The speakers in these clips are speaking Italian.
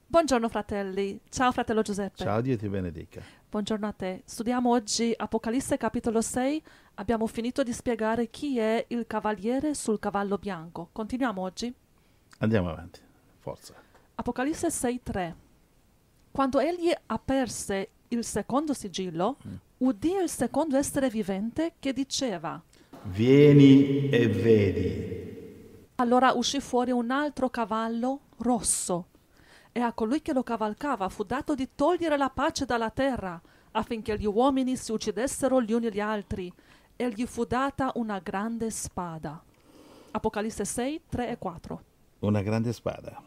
Buongiorno fratelli, ciao fratello Giuseppe. Ciao, Dio ti benedica. Buongiorno a te. Studiamo oggi Apocalisse capitolo 6. Abbiamo finito di spiegare chi è il cavaliere sul cavallo bianco. Continuiamo oggi. Andiamo avanti, forza. Apocalisse 6:3. Quando egli aperse il secondo sigillo, udì il secondo essere vivente che diceva: Vieni e vedi. allora uscì fuori un altro cavallo rosso, e a colui che lo cavalcava fu dato di togliere la pace dalla terra, affinché gli uomini si uccidessero gli uni gli altri, e gli fu data una grande spada. Apocalisse 6, 3 e 4. Una grande spada.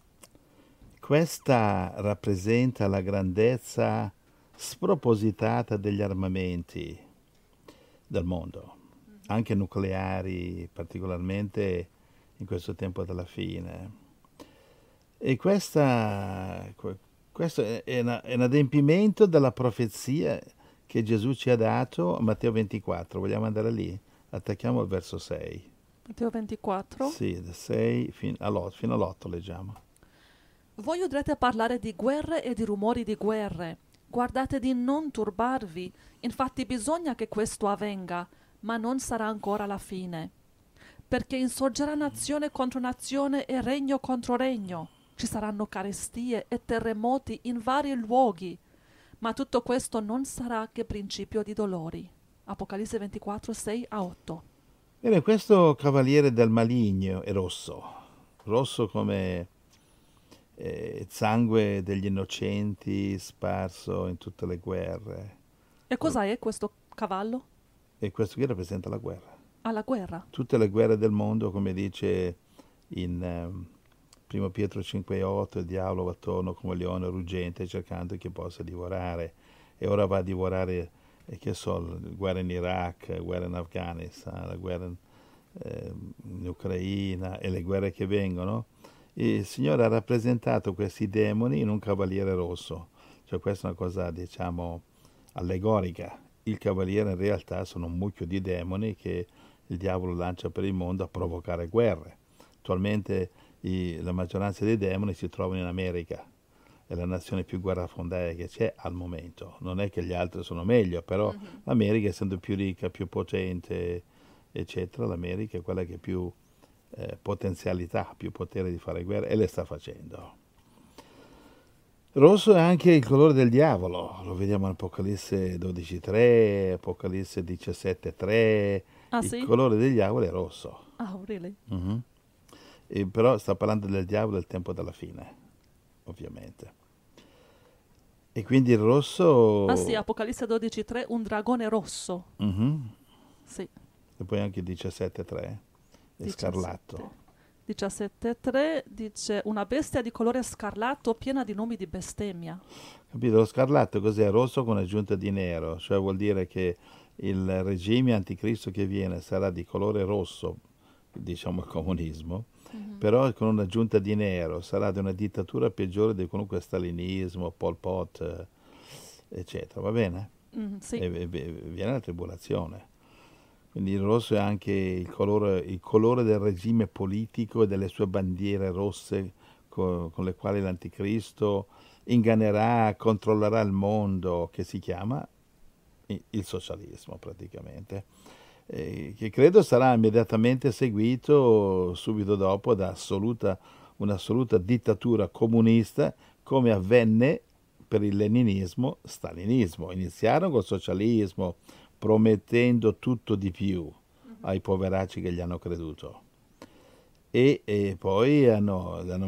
Questa rappresenta la grandezza spropositata degli armamenti del mondo, anche nucleari, particolarmente in questo tempo della fine. E questo è un adempimento della profezia che Gesù ci ha dato a Matteo 24. Vogliamo andare lì? Attacchiamo il verso 6. Matteo 24. Sì, da 6 fino all'8 leggiamo. Voi udrete parlare di guerre e di rumori di guerre. Guardate di non turbarvi, infatti bisogna che questo avvenga, ma non sarà ancora la fine. Perché insorgerà nazione contro nazione e regno contro regno. Ci saranno carestie e terremoti in vari luoghi, ma tutto questo non sarà che principio di dolori. Apocalisse 24, 6 a 8. Bene, questo cavaliere del maligno è rosso, rosso come sangue degli innocenti sparso in tutte le guerre. E cosa è questo cavallo? E questo qui rappresenta la guerra. Alla guerra. Tutte le guerre del mondo, come dice in 1 Pietro 5,8, il diavolo va attorno come un leone ruggente cercando chi possa divorare. E ora va a divorare, che so, la guerra in Iraq, la guerra in Afghanistan, la guerra in Ucraina e le guerre che vengono. Il Signore ha rappresentato questi demoni in un cavaliere rosso. Cioè questa è una cosa, diciamo, allegorica. Il cavaliere in realtà sono un mucchio di demoni che il diavolo lancia per il mondo a provocare guerre. Attualmente la maggioranza dei demoni si trovano in America, è la nazione più guerrafondaia che c'è al momento. Non è che gli altri sono meglio, però l'America, essendo più ricca, più potente, eccetera, l'America è quella che ha più potenzialità, più potere di fare guerra e le sta facendo. Rosso è anche il colore del diavolo, lo vediamo in Apocalisse 12:3, Apocalisse 17:3, Ah il sì? colore del diavolo è rosso. Oh, really? Mhm. Però sta parlando del diavolo del tempo della fine, ovviamente. E quindi il Ah sì, rosso, Apocalisse 12, 3, un dragone rosso. mhm, Sì, e poi anche il 17:3, è 17. scarlatto. 17.3 dice una bestia di colore scarlatto piena di nomi di bestemmia. Capito? Lo scarlatto cos'è? Rosso con aggiunta di nero, cioè vuol dire che il regime anticristo che viene sarà di colore rosso, diciamo il comunismo, però con un'aggiunta di nero, sarà di una dittatura peggiore di qualunque stalinismo, Pol Pot, eccetera, va bene? Sì, E viene la tribolazione. Quindi il rosso è anche il colore del regime politico e delle sue bandiere rosse con le quali l'anticristo ingannerà, controllerà il mondo, che si chiama il socialismo praticamente, che credo sarà immediatamente seguito subito dopo da un'assoluta dittatura comunista, come avvenne per il leninismo, stalinismo. Iniziarono col socialismo, promettendo tutto di più ai poveracci che gli hanno creduto. E poi hanno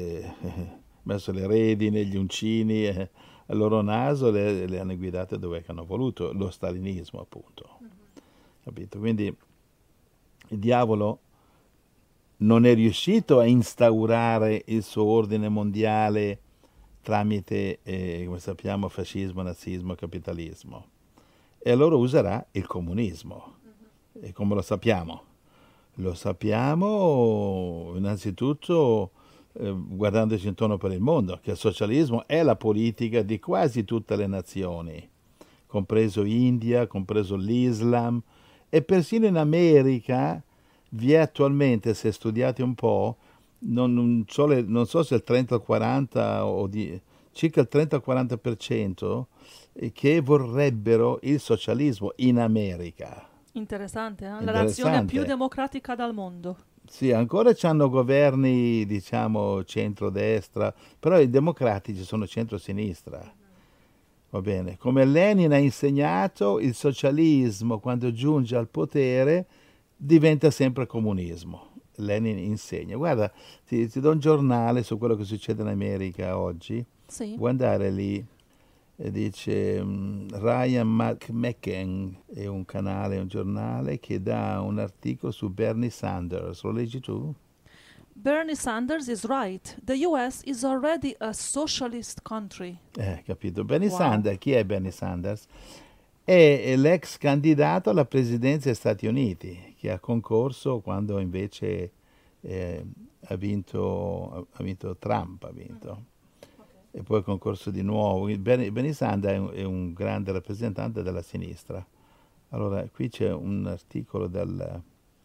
messo le redine, gli uncini al loro naso, le hanno guidate dove hanno voluto, lo stalinismo appunto. Capito? Quindi il diavolo non è riuscito a instaurare il suo ordine mondiale tramite, come sappiamo, fascismo, nazismo, capitalismo. E allora userà il comunismo. E come lo sappiamo? Lo sappiamo innanzitutto guardandoci intorno per il mondo, che il socialismo è la politica di quasi tutte le nazioni, compreso India, compreso l'Islam, e persino in America vi è attualmente, se studiate un po', non so se il 30 o il 40 circa il 30-40% che vorrebbero il socialismo in America. Interessante, la nazione Interessante. più democratica del mondo. Sì, ancora c'hanno governi, diciamo, centrodestra, però i democratici sono centrosinistra. Va bene. Come Lenin ha insegnato, il socialismo, quando giunge al potere, diventa sempre comunismo. Lenin insegna. Guarda, ti do un giornale su quello che succede in America oggi. Sì. Vuoi andare lì? Dice Ryan McMaken, è un canale, un giornale che dà un articolo su Bernie Sanders. Lo leggi tu? Bernie Sanders is right. The US is already a socialist country. Capito. Bernie Wow. Sanders, chi è Bernie Sanders? È l'ex candidato alla presidenza degli Stati Uniti, che ha concorso quando invece ha vinto Trump, ha vinto. E poi ha concorso di nuovo. Bernie Sanders è un grande rappresentante della sinistra. Allora, qui c'è un articolo del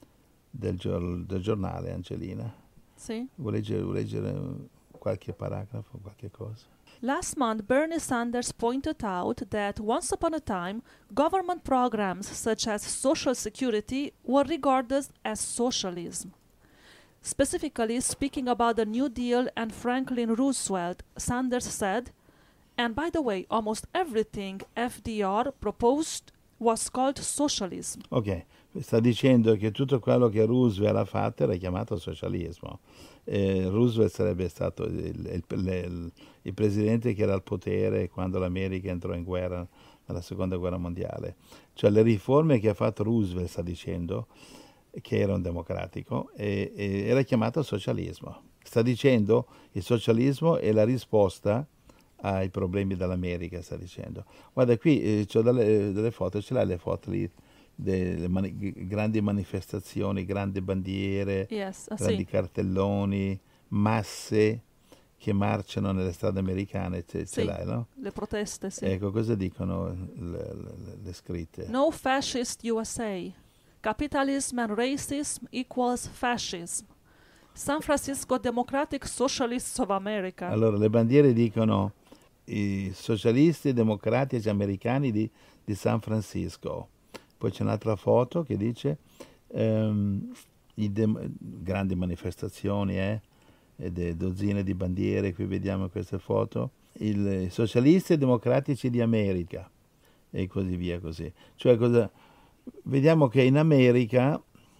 giornale, Angelina. Sì. Vuoi leggere qualche paragrafo, qualche cosa? Last month, Bernie Sanders pointed out that once upon a time, government programs such as Social Security were regarded as socialism. Specifically speaking about the New Deal and Franklin Roosevelt, Sanders said, and by the way, almost everything FDR proposed was called socialism. Ok, sta dicendo che tutto quello che Roosevelt ha fatto era chiamato socialismo. Roosevelt sarebbe stato il presidente che era al potere quando l'America entrò in guerra nella seconda guerra mondiale. Cioè le riforme che ha fatto Roosevelt, sta dicendo, che era un democratico, era chiamato socialismo. Sta dicendo il socialismo è la risposta ai problemi dell'America, sta dicendo. Guarda qui, c'ho delle foto, ce l'hai le foto lì? Delle grandi manifestazioni, grandi bandiere, Yes, grandi sì. cartelloni, masse che marciano nelle strade americane, ce Sì. l'hai, no? Le proteste, sì. Ecco, cosa dicono le scritte? No fascist USA. Capitalism and racism equals fascism. San Francisco Democratic Socialists of America. Allora, le bandiere dicono i socialisti democratici americani di San Francisco. Poi c'è un'altra foto che dice grandi manifestazioni e dozzine di bandiere, qui vediamo queste foto, i socialisti democratici di America e così via così. Cioè vediamo che in America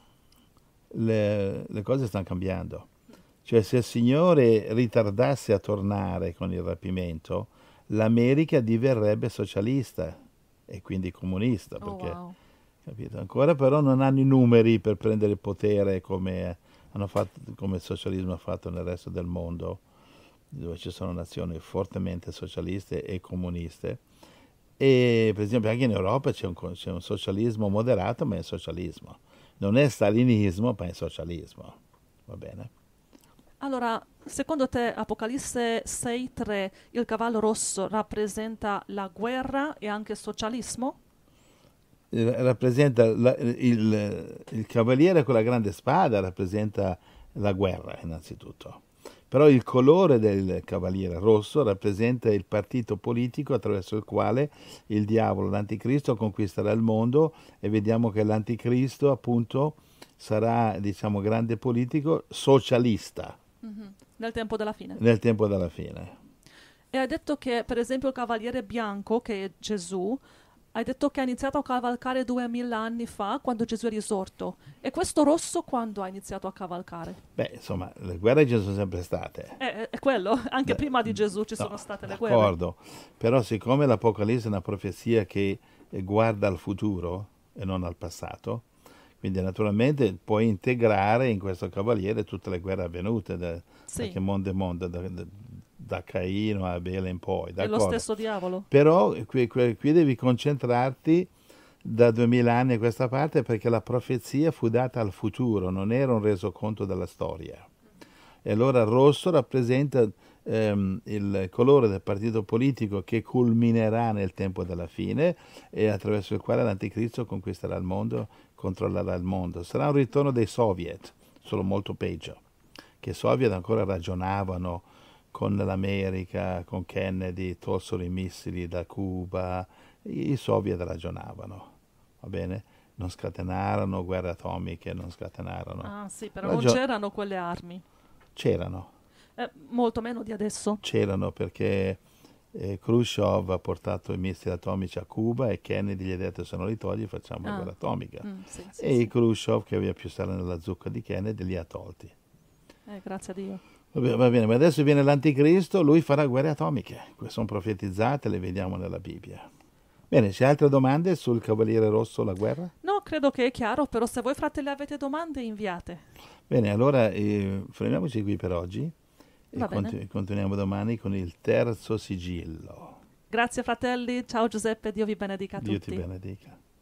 le cose stanno cambiando. Cioè se il Signore ritardasse a tornare con il rapimento, l'America diverrebbe socialista e quindi comunista, perché wow. capito? Ancora però non hanno i numeri per prendere il potere come il socialismo ha fatto nel resto del mondo, dove ci sono nazioni fortemente socialiste e comuniste. E per esempio anche in Europa c'è un socialismo moderato, ma è socialismo. Non è stalinismo, ma è socialismo. Va bene? Allora, secondo te Apocalisse 6:3, il cavallo rosso rappresenta la guerra e anche il socialismo? Rappresenta il cavaliere con la grande spada, rappresenta la guerra innanzitutto. Però il colore del cavaliere rosso rappresenta il partito politico attraverso il quale il diavolo, l'anticristo, conquisterà il mondo, e vediamo che l'anticristo appunto sarà, diciamo, grande politico socialista. Nel tempo della fine. Nel tempo della fine. E hai detto che, per esempio, il cavaliere bianco, che è Gesù, hai detto che ha iniziato a cavalcare 2000 anni fa, quando Gesù è risorto. E questo rosso quando ha iniziato a cavalcare? Beh, insomma, le guerre ci sono sempre state. È quello, anche prima di Gesù ci sono state le guerre. D'accordo, però siccome l'Apocalisse è una profezia che guarda al futuro e non al passato, quindi naturalmente puoi integrare in questo cavaliere tutte le guerre avvenute, da che mondo è mondo, da Caino a Abele in poi. È lo stesso diavolo. Però qui devi concentrarti da 2000 anni a questa parte, perché la profezia fu data al futuro, non era un resoconto della storia. E allora il rosso rappresenta il colore del partito politico che culminerà nel tempo della fine e attraverso il quale l'anticristo conquisterà il mondo, controllerà il mondo. Sarà un ritorno dei soviet, solo molto peggio, che i soviet ancora ragionavano con l'America, con Kennedy, tolsero i missili da Cuba, i soviet ragionavano, va bene? Non scatenarono guerre atomiche, non scatenarono. Ah, sì, però non c'erano quelle armi. C'erano. Molto meno di adesso. C'erano perché Khrushchev ha portato i missili atomici a Cuba e Kennedy gli ha detto se non li togli facciamo la guerra atomica. Sì, E Khrushchev, che aveva più sale nella zucca di Kennedy, li ha tolti. Grazie a Dio. Va bene, ma adesso viene l'anticristo, lui farà guerre atomiche. Queste sono profetizzate, le vediamo nella Bibbia. Bene, c'è altre domande sul Cavaliere Rosso, la guerra? No, credo che è chiaro, però se voi fratelli avete domande, inviate. Bene, allora fermiamoci qui per oggi e continuiamo domani con il terzo sigillo. Grazie fratelli, ciao Giuseppe, Dio vi benedica a tutti. Dio ti benedica.